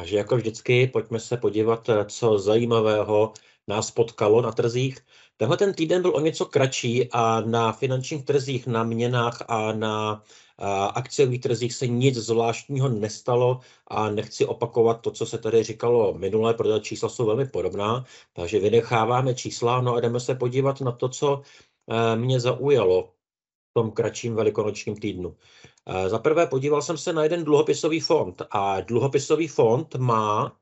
Takže jako vždycky, pojďme se podívat, co zajímavého nás potkalo na trzích. Tenhle ten týden byl o něco kratší a na finančních trzích, na měnách a na akciových trzích se nic zvláštního nestalo a nechci opakovat to, co se tady říkalo minule, protože čísla jsou velmi podobná, takže vynecháváme čísla, no a jdeme se podívat na to, co mě zaujalo v tom kratším velikonočním týdnu. Za prvé podíval jsem se na jeden dluhopisový fond a dluhopisový fond má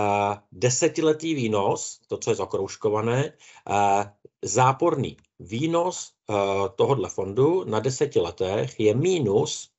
10letý výnos, to, co je zakroužkované, záporný výnos tohohle fondu na 10 letech je minus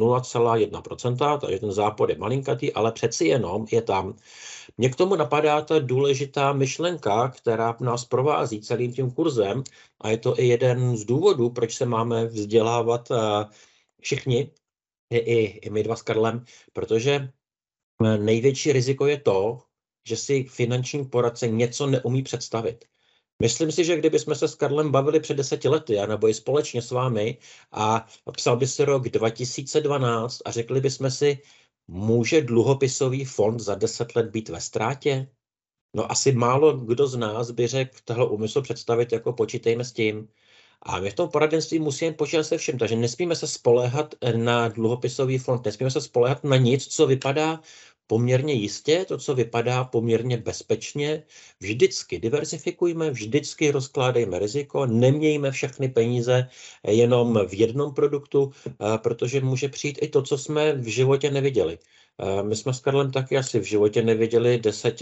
0,1%, takže ten zápor je malinkatý, ale přeci jenom je tam. Mně k tomu napadá ta důležitá myšlenka, která nás provází celým tím kurzem a je to i jeden z důvodů, proč se máme vzdělávat všichni, i my dva s Karlem, protože největší riziko je to, že si finanční poradce něco neumí představit. Myslím si, že kdybychom se s Karlem bavili před 10 lety, nebo i společně s vámi, a psal by se rok 2012 a řekli bychom si, může dluhopisový fond za 10 let být ve ztrátě? No asi málo kdo z nás by řekl tohle úmysl představit, jako počítejme s tím. A my v tom poradenství musíme počítat se všem, takže nesmíme se spoléhat na dluhopisový fond, nesmíme se spoléhat na nic, co vypadá poměrně jistě, to, co vypadá poměrně bezpečně. Vždycky diversifikujme, vždycky rozkládejme riziko, nemějme všechny peníze jenom v jednom produktu, protože může přijít i to, co jsme v životě neviděli. My jsme s Karlem taky asi v životě neviděli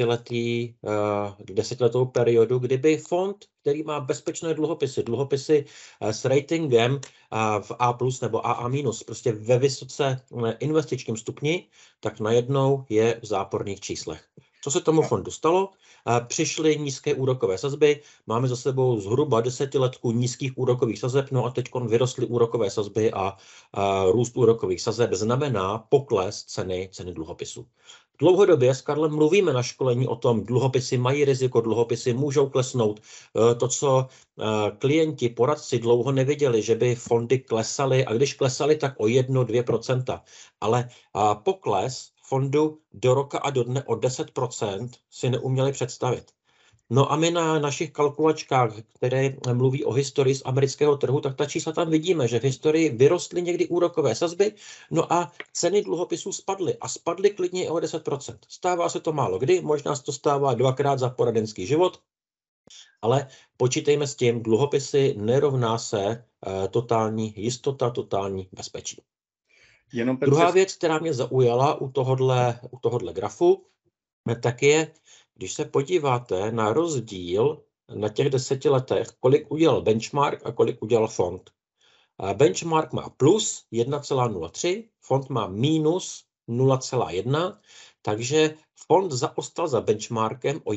desetiletou periodu, kdyby fond, který má bezpečné dluhopisy s ratingem v A+, nebo AA-, prostě ve vysoce investičním stupni, tak najednou je v záporných číslech. Co se tomu fondu stalo? Přišly nízké úrokové sazby, máme za sebou zhruba 10 letků nízkých úrokových sazeb, no a teď vyrostly úrokové sazby a růst úrokových sazeb znamená pokles ceny dluhopisů. Dlouhodobě s Karlem mluvíme na školení o tom, dluhopisy mají riziko, dluhopisy můžou klesnout. To, co klienti, poradci dlouho neviděli, že by fondy klesaly, a když klesaly, tak o 1–2%. Ale pokles fondu do roka a do dne o 10% si neuměli představit. No a my na našich kalkulačkách, které mluví o historii z amerického trhu, tak ta čísla tam vidíme, že v historii vyrostly někdy úrokové sazby, no a ceny dluhopisů spadly a spadly klidně o 10%. Stává se to málo kdy, možná se to stává 2krát za poradenský život, ale počítejme s tím, dluhopisy nerovná se totální jistota, totální bezpečí. Druhá věc, která mě zaujala u tohohle grafu, tak je, když se podíváte na rozdíl na těch 10 letech, kolik udělal benchmark a kolik udělal fond. Benchmark má plus 1,03, fond má minus 0,1, takže fond zaostal za benchmarkem o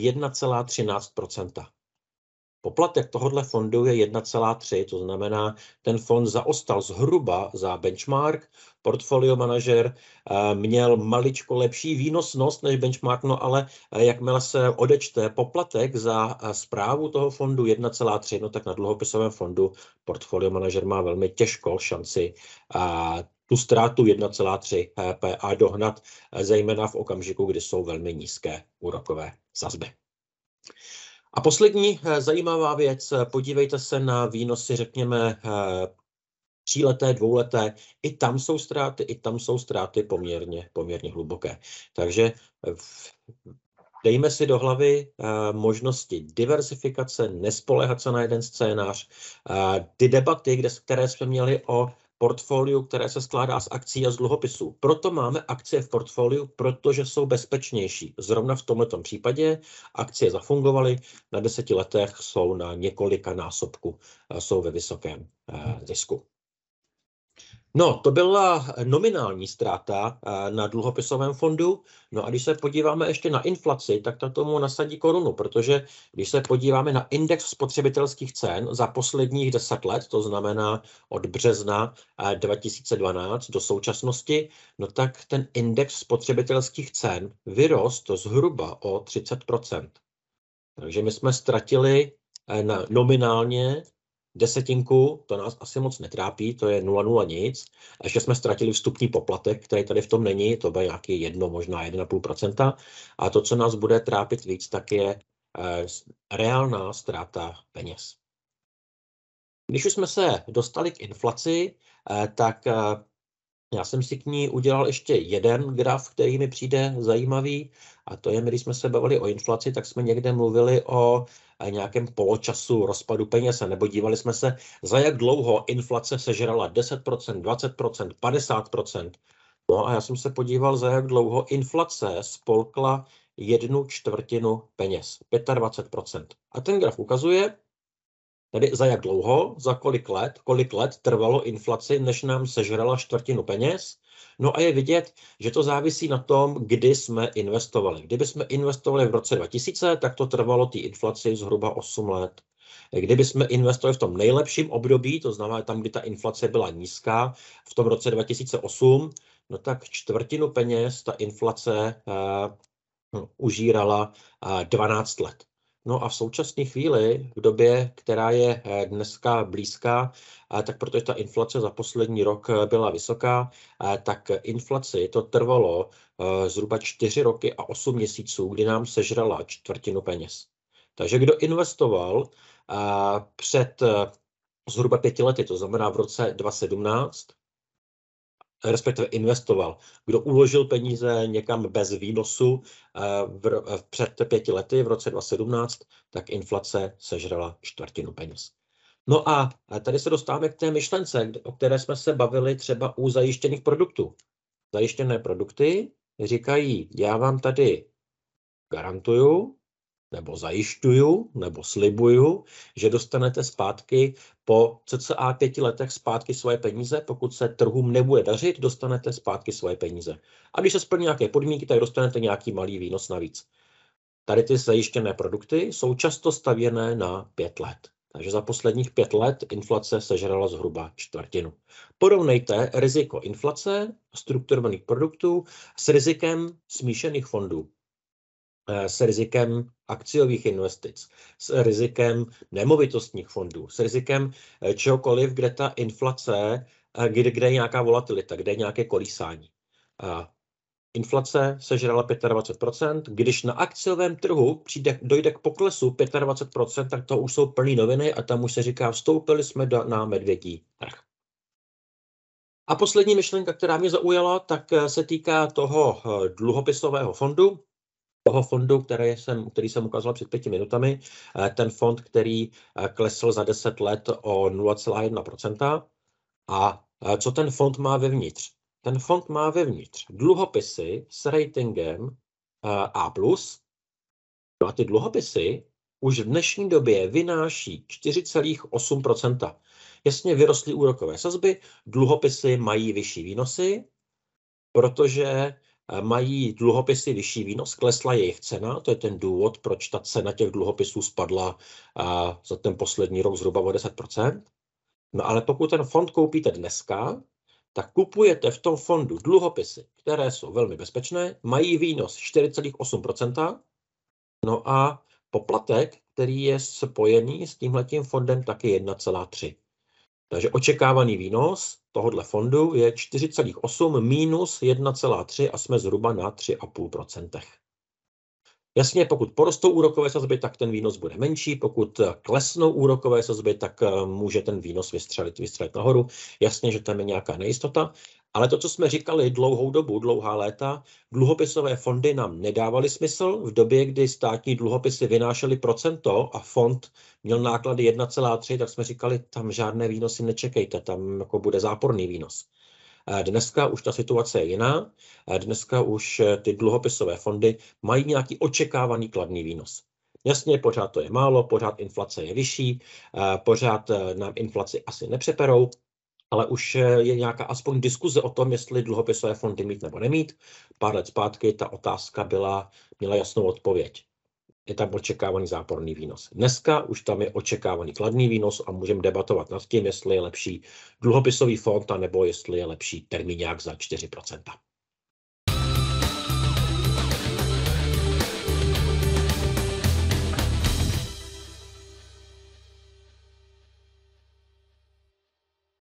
1,13%. Poplatek tohohle fondu je 1,3, to znamená, ten fond zaostal zhruba za benchmark. Portfolio manažer měl maličko lepší výnosnost než benchmark, no ale jakmile se odečte poplatek za správu toho fondu 1,3, no tak na dluhopisovém fondu portfolio manažer má velmi těžkou šanci tu ztrátu 1,3 PA dohnat, zejména v okamžiku, kdy jsou velmi nízké úrokové sazby. A poslední zajímavá věc, podívejte se na výnosy, řekněme, 3leté, 2leté, i tam jsou ztráty poměrně hluboké. Takže dejme si do hlavy možnosti diversifikace, nespoléhat se na jeden scénář. Ty debaty, které jsme měli o portfoliu, které se skládá z akcí a z dluhopisů. Proto máme akcie v portfoliu, protože jsou bezpečnější. Zrovna v tomto případě akcie zafungovaly, na 10 letech jsou na několika násobku, jsou ve vysokém zisku. No, to byla nominální ztráta na dluhopisovém fondu. No a když se podíváme ještě na inflaci, tak to tomu nasadí korunu, protože když se podíváme na index spotřebitelských cen za posledních 10 let, to znamená od března 2012 do současnosti, no tak ten index spotřebitelských cen vyrostl zhruba o 30%. Takže my jsme ztratili nominálně desetinku, to nás asi moc netrápí, to je 0,0 nic. A ještě jsme ztratili vstupní poplatek, který tady v tom není, to bude nějaký 1, možná 1,5%. A to, co nás bude trápit víc, tak je reálná ztráta peněz. Když už jsme se dostali k inflaci, tak já jsem si k ní udělal ještě jeden graf, který mi přijde zajímavý, a to je, když jsme se bavili o inflaci, tak jsme někde mluvili o nějakém poločasu rozpadu peněz, nebo dívali jsme se, za jak dlouho inflace sežrala 10%, 20%, 50%. No a já jsem se podíval, za jak dlouho inflace spolkla 1/4 peněz, 25%. A ten graf ukazuje, tedy za jak dlouho, za kolik let trvalo inflaci, než nám sežrala 1/4 peněz. No a je vidět, že to závisí na tom, kdy jsme investovali. Kdyby jsme investovali v roce 2000, tak to trvalo té inflaci zhruba 8 let. Kdyby jsme investovali v tom nejlepším období, to znamená tam, kdy ta inflace byla nízká, v tom roce 2008, no tak 1/4 peněz ta inflace užírala 12 let. No a v současné chvíli, v době, která je dneska blízká, tak protože ta inflace za poslední rok byla vysoká, tak inflaci to trvalo zhruba 4 roky a 8 měsíců, kdy nám sežrala 1/4 peněz. Takže kdo investoval před zhruba 5 lety, to znamená v roce 2017, respektive investoval, kdo uložil peníze někam bez výnosu před 5 lety, v roce 2017, tak inflace sežrala 1/4 peněz. No a tady se dostáváme k té myšlence, o které jsme se bavili třeba u zajištěných produktů. Zajištěné produkty říkají, já vám tady garantuju, nebo zajišťuju, nebo slibuju, že dostanete zpátky po cca 5 letech zpátky svoje peníze. Pokud se trhům nebude dařit, dostanete zpátky svoje peníze. A když se splní nějaké podmínky, tak dostanete nějaký malý výnos navíc. Tady ty zajištěné produkty jsou často stavěné na 5 let. Takže za posledních 5 let inflace sežrala zhruba 1/4. Porovnejte riziko inflace strukturovaných produktů s rizikem smíšených fondů, s rizikem akciových investic, s rizikem nemovitostních fondů, s rizikem čehokoliv, kde ta inflace, kde je nějaká volatilita, kde je nějaké kolísání. Inflace sežrala 25%, když na akciovém trhu dojde k poklesu 25%, tak to už jsou plný noviny a tam už se říká, vstoupili jsme na medvědí trh. A poslední myšlenka, která mě zaujala, tak se týká toho dluhopisového fondu, toho fondu, který jsem ukázal před 5 minutami, ten fond, který klesl za 10 let o 0,1%. A co ten fond má vevnitř? Ten fond má vevnitř dluhopisy s ratingem A+. No a ty dluhopisy už v dnešní době vynáší 4,8%. Jasně vyrostly úrokové sazby, dluhopisy mají vyšší výnosy, protože mají dluhopisy vyšší výnos, klesla jejich cena, to je ten důvod, proč ta cena těch dluhopisů spadla za ten poslední rok zhruba o 10%. No ale pokud ten fond koupíte dneska, tak kupujete v tom fondu dluhopisy, které jsou velmi bezpečné, mají výnos 4,8%, no a poplatek, který je spojený s tímhletím fondem, taky 1,3%. Takže očekávaný výnos tohoto fondu je 4,8 minus 1,3 a jsme zhruba na 3,5%. Jasně, pokud porostou úrokové sazby, tak ten výnos bude menší, pokud klesnou úrokové sazby, tak může ten výnos vystřelit nahoru. Jasně, že tam je nějaká nejistota, ale to, co jsme říkali dlouhou dobu, dlouhá léta, dluhopisové fondy nám nedávaly smysl. V době, kdy státní dluhopisy vynášely procento a fond měl náklady 1,3, tak jsme říkali, tam žádné výnosy nečekejte, tam jako bude záporný výnos. Dneska už ta situace je jiná. Dneska už ty dluhopisové fondy mají nějaký očekávaný kladný výnos. Jasně, pořád to je málo, pořád inflace je vyšší, pořád nám inflaci asi nepřeperou, ale už je nějaká aspoň diskuze o tom, jestli dluhopisové fondy mít nebo nemít. Pár let zpátky ta otázka měla jasnou odpověď. Je tam očekávaný záporný výnos. Dneska už tam je očekávaný kladný výnos a můžeme debatovat nad tím, jestli je lepší dluhopisový fond, anebo jestli je lepší termíňák za 4%.